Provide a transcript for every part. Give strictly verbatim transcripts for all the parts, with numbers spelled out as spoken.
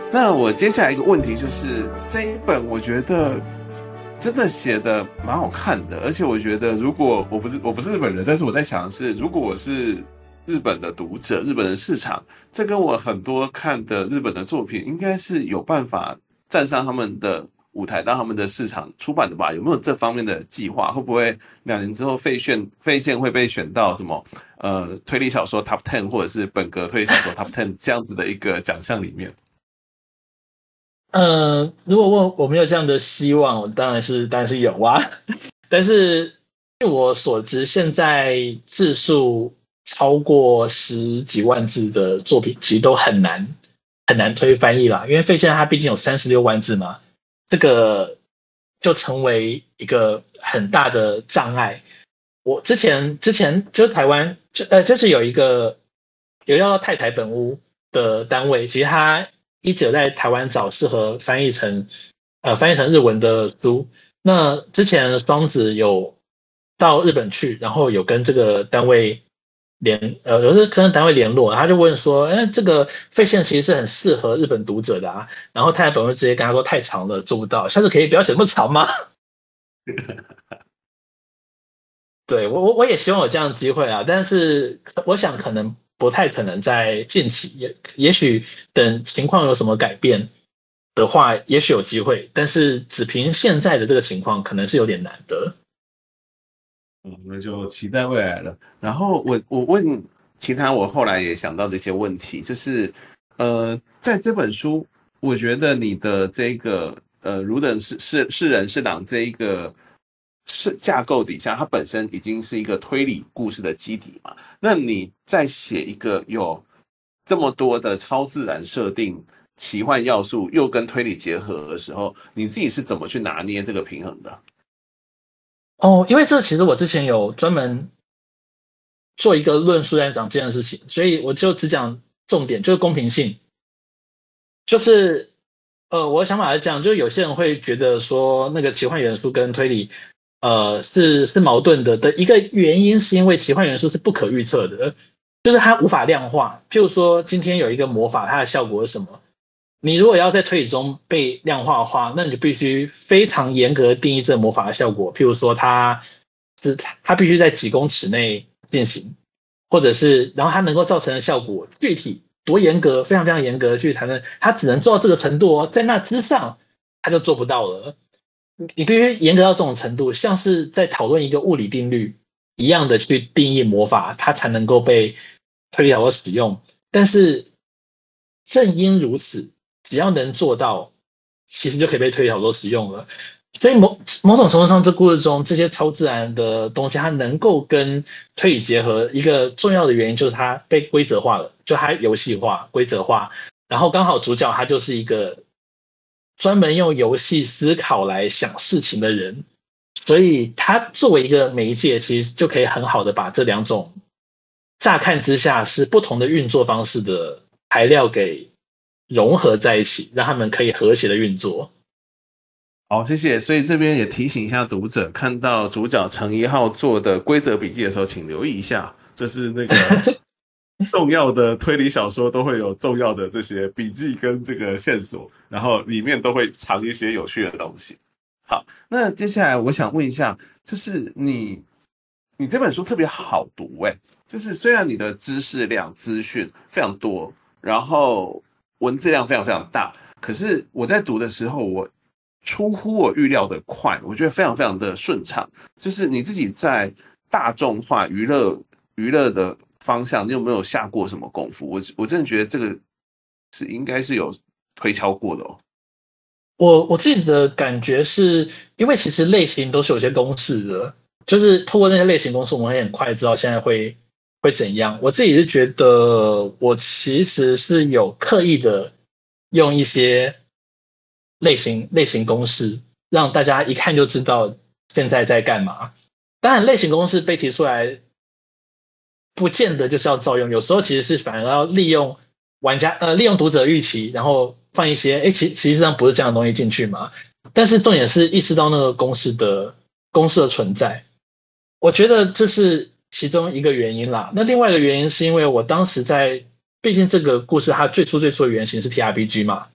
那我接下来一个问题就是，这一本我觉得真的写的蛮好看的，而且我觉得如果我不是我不是日本人，但是我在想的是，如果我是日本的读者，日本的市场，这跟我很多看的日本的作品，应该是有办法站上他们的舞台，到他们的市场出版的吧？有没有这方面的计划？会不会两年之后废线废线会被选到什么呃推理小说 Top Ten 或者是本格推理小说 Top Ten 这样子的一个奖项里面？ 呃，如果问我没有这样的希望，我当然是当然是有啊。但是据我所知，现在字数超过十几万字的作品，其实都很难很难推翻译啦。因为费现在它毕竟有三十六万字嘛，这个就成为一个很大的障碍。我之前之前就是台湾就呃就是有一个有叫太太本屋的单位，其实它一直有在台湾找适合翻译成呃翻译成日文的书。那之前双子有到日本去，然后有跟这个单位联呃有是跟单位联络，他就问说，哎，这个费线其实是很适合日本读者的啊。然后太太本屋直接跟他说太长了，做不到，下次可以不要写那么长吗？对，我我我也希望有这样的机会啊，但是我想可能不太可能在近期，也也许等情况有什么改变的话，也许有机会，但是只凭现在的这个情况，可能是有点难的。 嗯，那就期待未来了。然后我我问其他，我后来也想到的一些问题，就是呃，在这本书，我觉得你的这个呃，如人是是是人是狼这一个是架构底下，它本身已经是一个推理故事的基底嘛。那你在写一个有这么多的超自然设定、奇幻要素，又跟推理结合的时候，你自己是怎么去拿捏这个平衡的？ 哦，因为这其实我之前有专门做一个论述在讲这件事情，所以我就只讲重点，就是公平性。就是呃，我的想法是这样，就是有些人会觉得说那个奇幻元素跟推理呃是是矛盾的的一个原因，是因为奇幻元素是不可预测的，就是它无法量化。譬如说今天有一个魔法，它的效果是什么？你如果要在推理中被量化的话，那你就必须非常严格的定义这个魔法的效果。譬如说它，就是它必须在几公尺内进行，或者是然后它能够造成的效果具体多严格，非常非常严格的去谈论，它只能做到这个程度哦，在那之上它就做不到了。你必须严格到这种程度，像是在讨论一个物理定律一样的去定义魔法，它才能够被推理小说使用。但是正因如此，只要能做到，其实就可以被推理小说使用了。所以某某种程度上，这故事中这些超自然的东西，它能够跟推理结合，一个重要的原因就是它被规则化了，就它游戏化、规则化。然后刚好主角他就是一个专门用游戏思考来想事情的人，所以他作为一个媒介，其实就可以很好的把这两种乍看之下是不同的运作方式的材料给融合在一起，让他们可以和谐的运作。 好，谢谢。所以这边也提醒一下读者，看到主角程一号做的规则笔记的时候，请留意一下，这是那个重要的推理小说都会有重要的这些笔记跟这个线索，然后里面都会藏一些有趣的东西。好，那接下来我想问一下，就是你你这本书特别好读诶，就是虽然你的知识量资讯非常多，然后文字量非常非常大，可是我在读的时候，我出乎我预料的快，我觉得非常非常的顺畅。就是你自己在大众化娱乐娱乐的方向，你有没有下过什么功夫？我我真的觉得这个是应该是有推敲过的哦。 我我自己的感觉是，因为其实类型都是有些公式的，就是透过那些类型公式，我们会很快知道现在会会怎样。我自己是觉得，我其实是有刻意的用一些类型类型公式，让大家一看就知道现在在干嘛。当然，类型公式被提出来，不见得就是要照用，有时候其实是反而要利用玩家呃利用读者预期，然后放一些哎其其实上不是这样的东西进去嘛。但是重点是意识到那个公式的公式的存在，我觉得这是其中一个原因啦。那另外一个原因是因为我当时在，毕竟这个故事它最初最初的原型是 T R P G 嘛，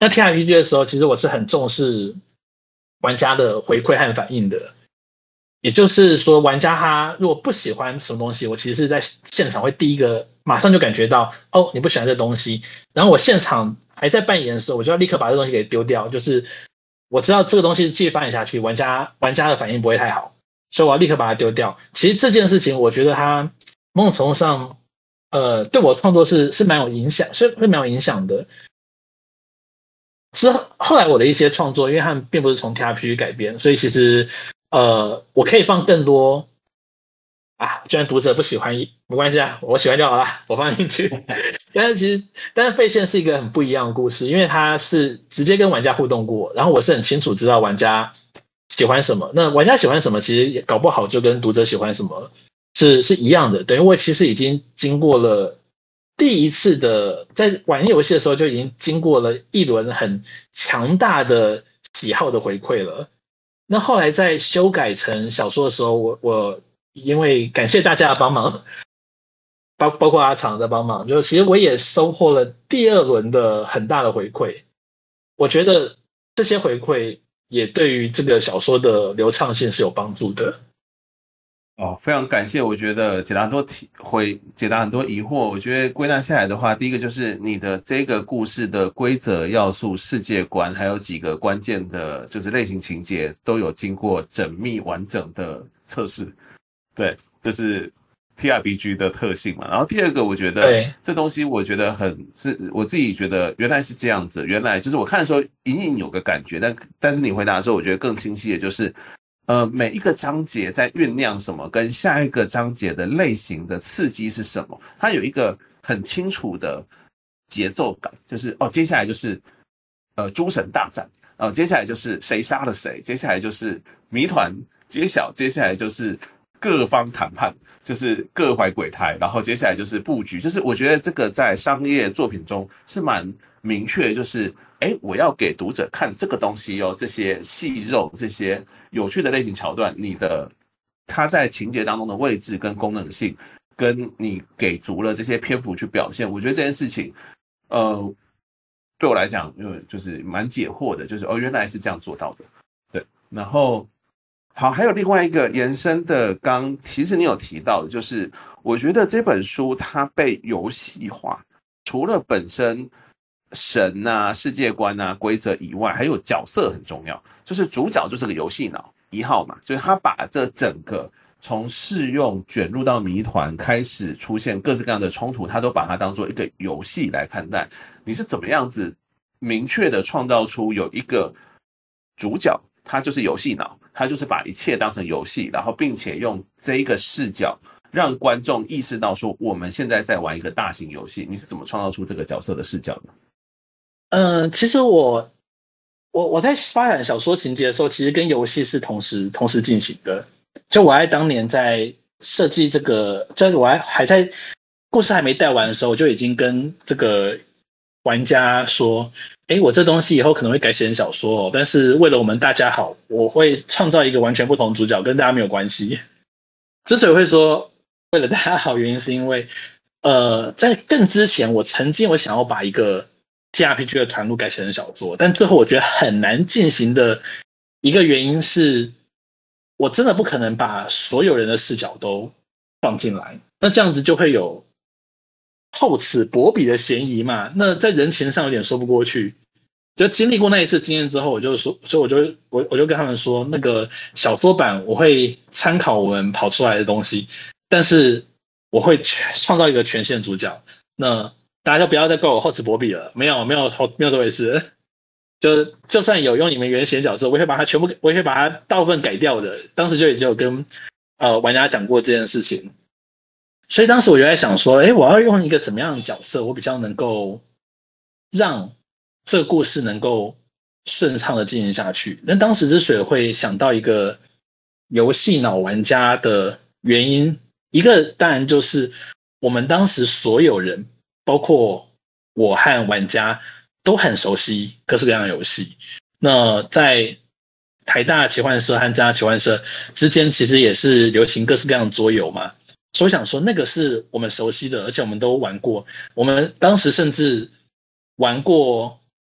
那 T R P G 的时候，其实我是很重视玩家的回馈和反应的。也就是说，玩家他如果不喜欢什么东西，我其实是在现场会第一个马上就感觉到，哦，你不喜欢这东西。然后我现场还在扮演的时候，我就要立刻把这东西给丢掉。就是我知道这个东西继续发展下去，玩家玩家的反应不会太好，所以我要立刻把它丢掉。其实这件事情，我觉得它某种程度上，呃，对我创作是是蛮有影响，是会蛮有影响的。之后后来我的一些创作，因为他们并不是从 T R P G 改编，所以其实呃，我可以放更多啊。虽然读者不喜欢，没关系啊，我喜欢就好了，我放进去。但是其实，但是废线是一个很不一样的故事，因为它是直接跟玩家互动过，然后我是很清楚知道玩家喜欢什么。那玩家喜欢什么，其实也搞不好就跟读者喜欢什么是是一样的。等于我其实已经经过了第一次的在玩游戏的时候就已经经过了一轮很强大的喜好的回馈了。那后来在修改成小说的时候，我我因为感谢大家的帮忙，包包括阿长的帮忙，就其实我也收获了第二轮的很大的回馈。我觉得这些回馈也对于这个小说的流畅性是有帮助的。 哦，非常感谢，我觉得解答很多题，回解答很多疑惑。我觉得归纳下来的话，第一个就是你的这个故事的规则要素、世界观，还有几个关键的，就是类型情节，都有经过缜密完整的测试。对，这是 T R P G 的特性嘛。然后第二个，我觉得对， 这东西，我觉得很是我自己觉得原来是这样子，原来就是我看的时候隐隐有个感觉，但但是你回答的时候，我觉得更清晰的就是。呃，每一个章节在酝酿什么，跟下一个章节的类型的刺激是什么，它有一个很清楚的节奏感，就是哦，接下来就是呃诸神大战，呃，接下来就是谁杀了谁，接下来就是谜团揭晓，接下来就是各方谈判，就是各怀鬼胎，然后接下来就是布局，就是我觉得这个在商业作品中是蛮明确，就是哎，我要给读者看这个东西哦，这些细肉，这些有趣的类型桥段，你的它在情节当中的位置跟功能性，跟你给足了这些篇幅去表现，我觉得这件事情，呃，对我来讲，就就是蛮解惑的，就是哦，原来是这样做到的，对。然后好，还有另外一个延伸的，刚其实你有提到的，就是我觉得这本书它被游戏化，除了本身神啊、世界观啊、规则以外，还有角色很重要。就是主角就是个游戏脑一号嘛，就是他把这整个从试用卷入到谜团，开始出现各式各样的冲突，他都把它当做一个游戏来看待。你是怎么样子明确的创造出有一个主角，他就是游戏脑，他就是把一切当成游戏，然后并且用这一个视角让观众意识到说我们现在在玩一个大型游戏。你是怎么创造出这个角色的视角的？ 嗯、呃，其实我我我在发展小说情节的时候，其实跟游戏是同时同时进行的。就我在当年在设计这个，就是我还还在故事还没带完的时候，我就已经跟这个玩家说，诶，我这东西以后可能会改写成小说哦，但是为了我们大家好，我会创造一个完全不同的主角，跟大家没有关系。之所以会说为了大家好，原因是因为，呃，在更之前，我曾经有想要把一个 T R P G 的团路改写成小说，但最后我觉得很难进行的一个原因是，我真的不可能把所有人的视角都放进来，那这样子就会有厚此薄彼的嫌疑嘛。那在人情上有点说不过去。就经历过那一次经验之后，我就说，所以我就我我就跟他们说，那个小说版我会参考我们跑出来的东西，但是我会创造一个全线主角。那大家就不要再怪我厚此薄彼了，没有没有没有这回事。就就算有用你们原先角色，我也会把它全部，我也会把它大部分改掉的。当时就已经有跟呃玩家讲过这件事情，所以当时我就在想说，哎，我要用一个怎么样的角色，我比较能够让这个故事能够顺畅的进行下去。那当时之所以会想到一个游戏脑玩家的原因，一个当然就是我们当时所有人，包括我和玩家都很熟悉各式各样的游戏。那在台大奇幻社和嘉大奇幻社之间，其实也是流行各式各样的桌游嘛。所以我想说，那个是我们熟悉的，而且我们都玩过。我们当时甚至玩过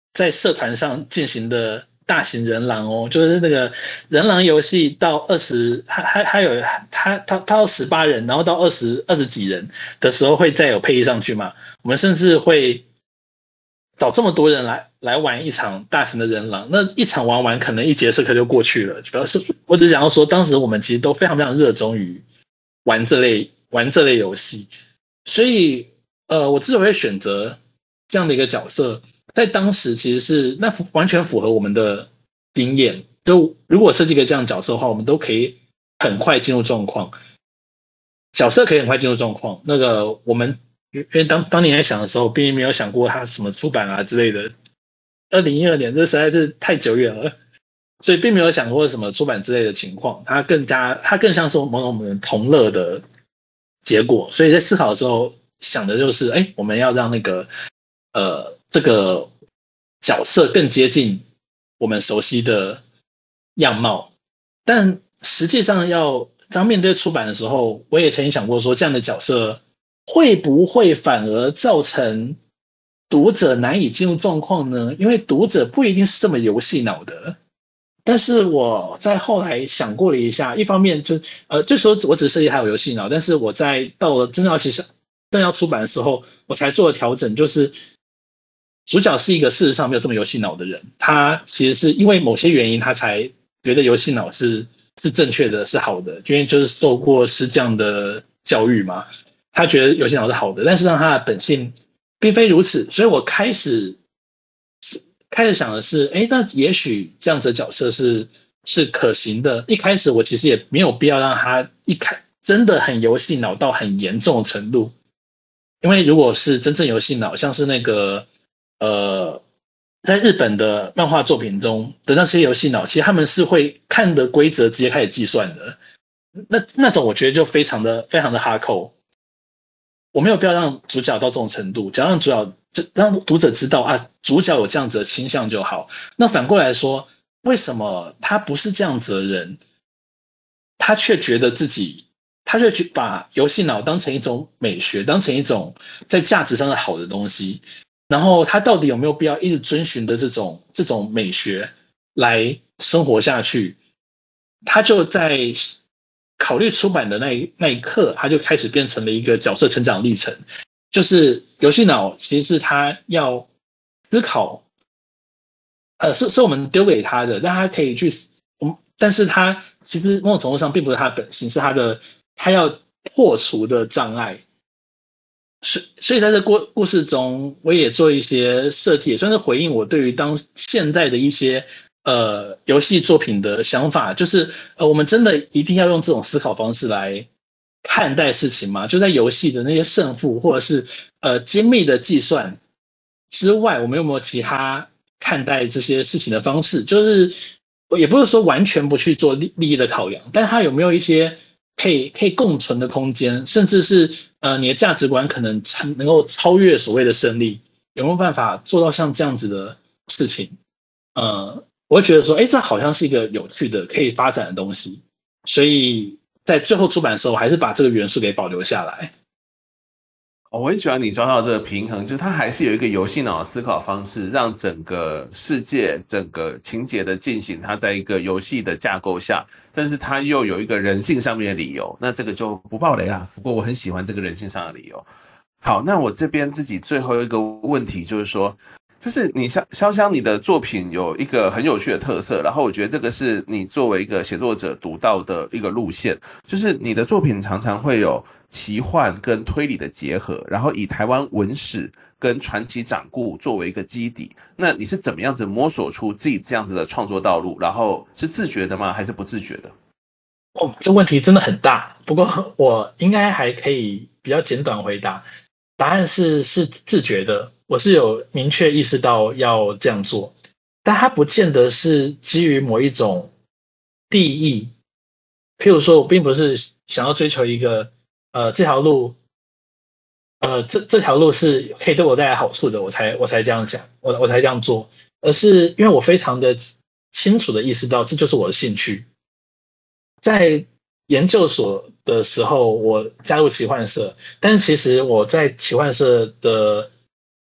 在社团上进行的大型人狼哦，就是那个人狼游戏到二十，还还还有他他他到十八人，然后到二十二十几人的时候会再有配役上去嘛？我们甚至会找这么多人来来玩一场大型的人狼，那一场玩完可能一节社课就过去了。主要是我只想要说，当时我们其实都非常非常热衷于玩这类玩这类游戏，所以呃，我之所以会选择这样的一个角色，在当时其实是那完全符合我们的经验。就如果设计一个这样的角色的话，我们都可以很快进入状况，角色可以很快进入状况。那个我们因为当当年在想的时候，并没有想过它什么出版啊之类的。二零一二年这实在是太久远了，所以并没有想过什么出版之类的情况。它更加它更像是某种我们同乐的结果。所以在思考的时候想的就是，哎，我们要让那个呃这个角色更接近我们熟悉的样貌。但实际上要当面对出版的时候，我也曾经想过说，这样的角色会不会反而造成读者难以进入状况呢？因为读者不一定是这么游戏脑的。但是我在后来想过了一下，一方面就呃，就说我只是设计还有游戏脑，但是我在到了真正要写真正要出版的时候，我才做了调整，就是主角是一个事实上没有这么游戏脑的人，他其实是因为某些原因，他才觉得游戏脑是是正确的，是好的，因为就是受过师匠的教育嘛，他觉得游戏脑是好的，但是让他的本性并非如此，所以我开始开始想的是，哎，那也许这样子的角色是是可行的。一开始我其实也没有必要让他一开真的很游戏脑到很严重的程度，因为如果是真正游戏脑，像是那个呃，在日本的漫画作品中的那些游戏脑，其实他们是会看的规则直接开始计算的，那那种我觉得就非常的非常的哈扣。我没有必要让主角到这种程度，只要让主角让读者知道啊，主角有这样子的倾向就好。那反过来说，为什么他不是这样子的人，他却觉得自己，他却去把游戏脑当成一种美学，当成一种在价值上的好的东西，然后他到底有没有必要一直遵循的这种这种美学来生活下去？他就在考虑出版的那一那一刻，他就开始变成了一个角色成长历程。就是游戏脑其实是他要思考，呃，是是我们丢给他的，让他可以去，但是他其实某种程度上并不是他的本性，是他的他要破除的障碍。所所以在这故故事中，我也做一些设计，也算是回应我对于当现在的一些呃游戏作品的想法，就是呃我们真的一定要用这种思考方式来看待事情吗？就在游戏的那些胜负或者是呃精密的计算之外，我们有没有其他看待这些事情的方式？就是也不是说完全不去做利利益的考量，但它有没有一些可以可以共存的空间，甚至是呃你的价值观可能能够超越所谓的胜利，有没有办法做到像这样子的事情？呃，我会觉得说，哎，这好像是一个有趣的可以发展的东西，所以在最后出版的时候，我还是把这个元素给保留下来。 我很喜欢你抓到这个平衡，就是它还是有一个游戏脑的思考方式，让整个世界、整个情节的进行，它在一个游戏的架构下，但是它又有一个人性上面的理由，那这个就不爆雷啦。不过我很喜欢这个人性上的理由。好，那我这边自己最后一个问题就是说，就是你香潇湘你的作品有一个很有趣的特色，然后我觉得这个是你作为一个写作者独到的一个路线，就是你的作品常常会有奇幻跟推理的结合，然后以台湾文史跟传奇掌故作为一个基底。那你是怎么样子摸索出自己这样子的创作道路？然后是自觉的吗？还是不自觉的？ 哦，这问题真的很大，不过我应该还可以比较简短回答。答案是是自觉的，我是有明确意识到要这样做，但它不见得是基于某一种利益。譬如说，我并不是想要追求一个呃这条路，呃这这条路是可以对我带来好处的，我才我才这样想，我我才这样做，而是因为我非常的清楚的意识到这就是我的兴趣。在研究所的时候，我加入奇幻社，但是其实我在奇幻社的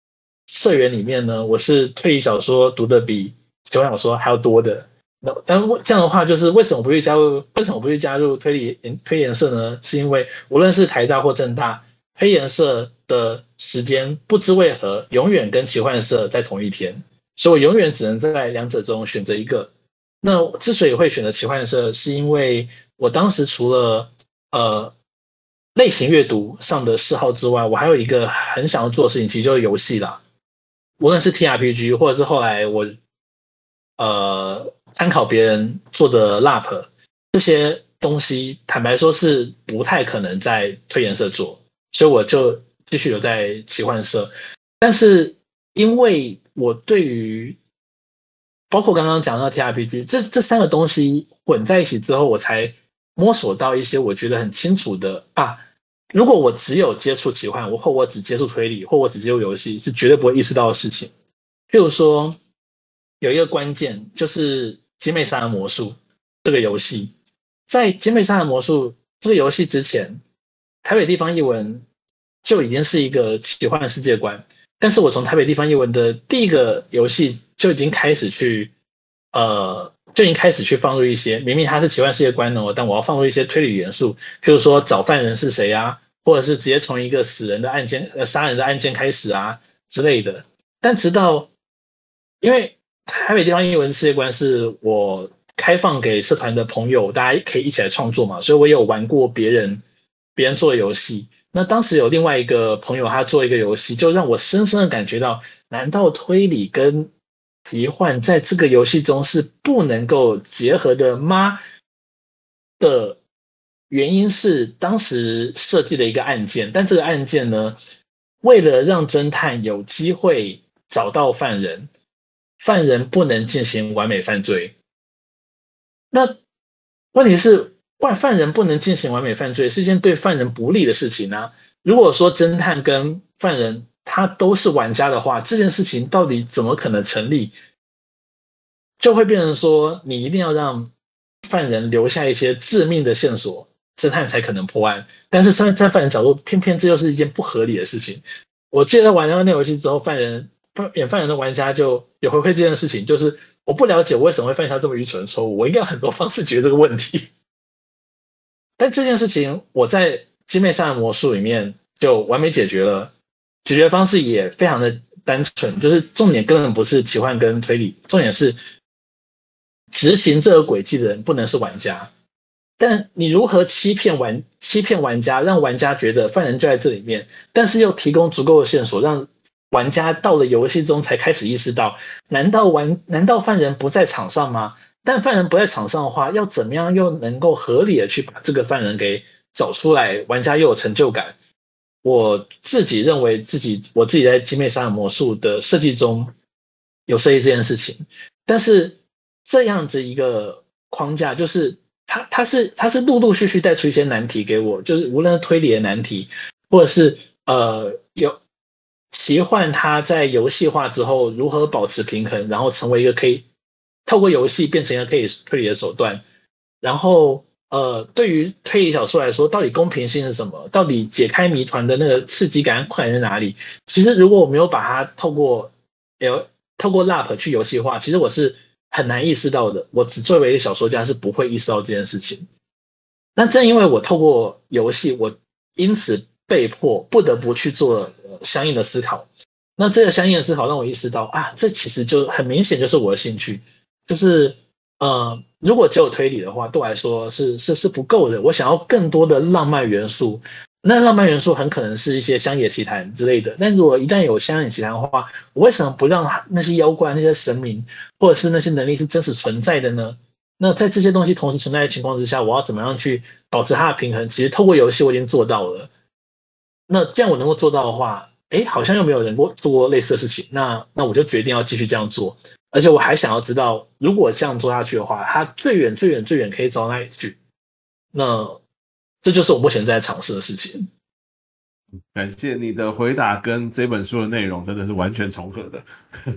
社员里面呢，我是推理小说读的比奇幻小说还要多的。那但这样的话，就是为什么不去加入？为什么不去加入推理推研社呢？是因为无论是台大或政大，推研社的时间不知为何永远跟奇幻社在同一天，所以我永远只能在两者中选择一个。那之所以会选择奇幻社，是因为我当时除了呃类型阅读上的嗜好之外，我还有一个很想要做的事情，其实就是游戏啦。无论是 T R P G， 或者是后来我呃参考别人做的 L A P 这些东西，坦白说是不太可能在推研社做，所以我就继续留在奇幻社。但是因为我对于包括刚刚讲到的 T R P G 这这三个东西混在一起之后，我才摸索到一些我觉得很清楚的啊。如果我只有接触奇幻，或我只接触推理，或我只接触游戏，是绝对不会意识到的事情。譬如说，有一个关键就是《姐妹杀人魔术》这个游戏，在《姐妹杀人魔术》这个游戏之前，台北地方译文就已经是一个奇幻世界观。但是我从台北地方译文的第一个游戏就已经开始去，呃，就已经开始去放入一些，明明它是奇幻世界观哦，但我要放入一些推理元素，譬如说找犯人是谁啊，或者是直接从一个死人的案件、呃杀人的案件开始啊之类的。但直到，因为台北地方译文世界观是我开放给社团的朋友，大家可以一起来创作嘛，所以我也有玩过别人别人做的游戏。那当时有另外一个朋友，他做一个游戏，就让我深深的感觉到，难道推理跟奇幻在这个游戏中是不能够结合的吗？的原因是当时设计了一个案件，但这个案件呢，为了让侦探有机会找到犯人，犯人不能进行完美犯罪。那问题是，犯犯人不能进行完美犯罪是一件对犯人不利的事情啊。如果说侦探跟犯人他都是玩家的话，这件事情到底怎么可能成立？就会变成说，你一定要让犯人留下一些致命的线索，侦探才可能破案。但是站在犯人角度，偏偏这又是一件不合理的事情。我记得玩了那游戏之后，犯人演犯人的玩家就有回馈这件事情，就是我不了解我为什么会犯下这么愚蠢的错误，我应该有很多方式解决这个问题。但这件事情我在姐妹杀人魔术里面就完美解决了，解决方式也非常的单纯，就是重点根本不是奇幻跟推理，重点是执行这个轨迹的人不能是玩家。但你如何欺骗玩欺骗玩家，让玩家觉得犯人就在这里面，但是又提供足够的线索，让玩家到了游戏中才开始意识到，难道玩难道犯人不在场上吗？但犯人不在场上的话，要怎么样又能够合理的去把这个犯人给找出来，玩家又有成就感？我自己认为自己我自己在姐妹杀人魔术的设计中有设计这件事情，但是这样子一个框架，就是它它是它是陆陆续续带出一些难题给我，就是无论是推理的难题，或者是呃有奇幻它在游戏化之后如何保持平衡，然后成为一个可以透过游戏变成一个可以推理的手段，然后呃，对于推理小说来说，到底公平性是什么？到底解开谜团的那个刺激感、困难在哪里？其实如果我没有把它透过 L 透过 L A P 去游戏化，其实我是很难意识到的。我只作为一个小说家是不会意识到这件事情。那正因为我透过游戏，我因此被迫不得不去做相应的思考。那这个相应的思考让我意识到啊，这其实就很明显就是我的兴趣，就是呃，如果只有推理的话，对我来说是是是不够的。我想要更多的浪漫元素，那浪漫元素很可能是一些乡野奇谈之类的。但如果一旦有乡野奇谈的话，我为什么不让那些妖怪、那些神明，或者是那些能力是真实存在的呢？那在这些东西同时存在的情况之下，我要怎么样去保持它的平衡？其实透过游戏我已经做到了。那既然我能够做到的话，诶，好像又没有人过做过类似的事情，那那我就决定要继续这样做。而且我还想要知道，如果这样做下去的话，它最远最远最远可以走到哪里去？那这就是我目前在尝试的事情。 感谢你的回答，跟这本书的内容真的是完全重合的。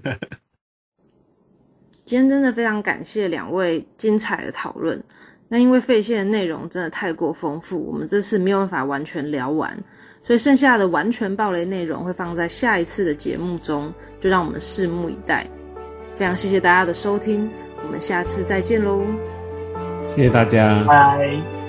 今天真的非常感谢两位精彩的讨论。那因为废线的内容真的太过丰富，我们这次没有办法完全聊完， 所以剩下的完全爆雷内容会放在下一次的节目中，就让我们拭目以待。非常谢谢大家的收听，我们下次再见喽， 谢谢大家， 拜。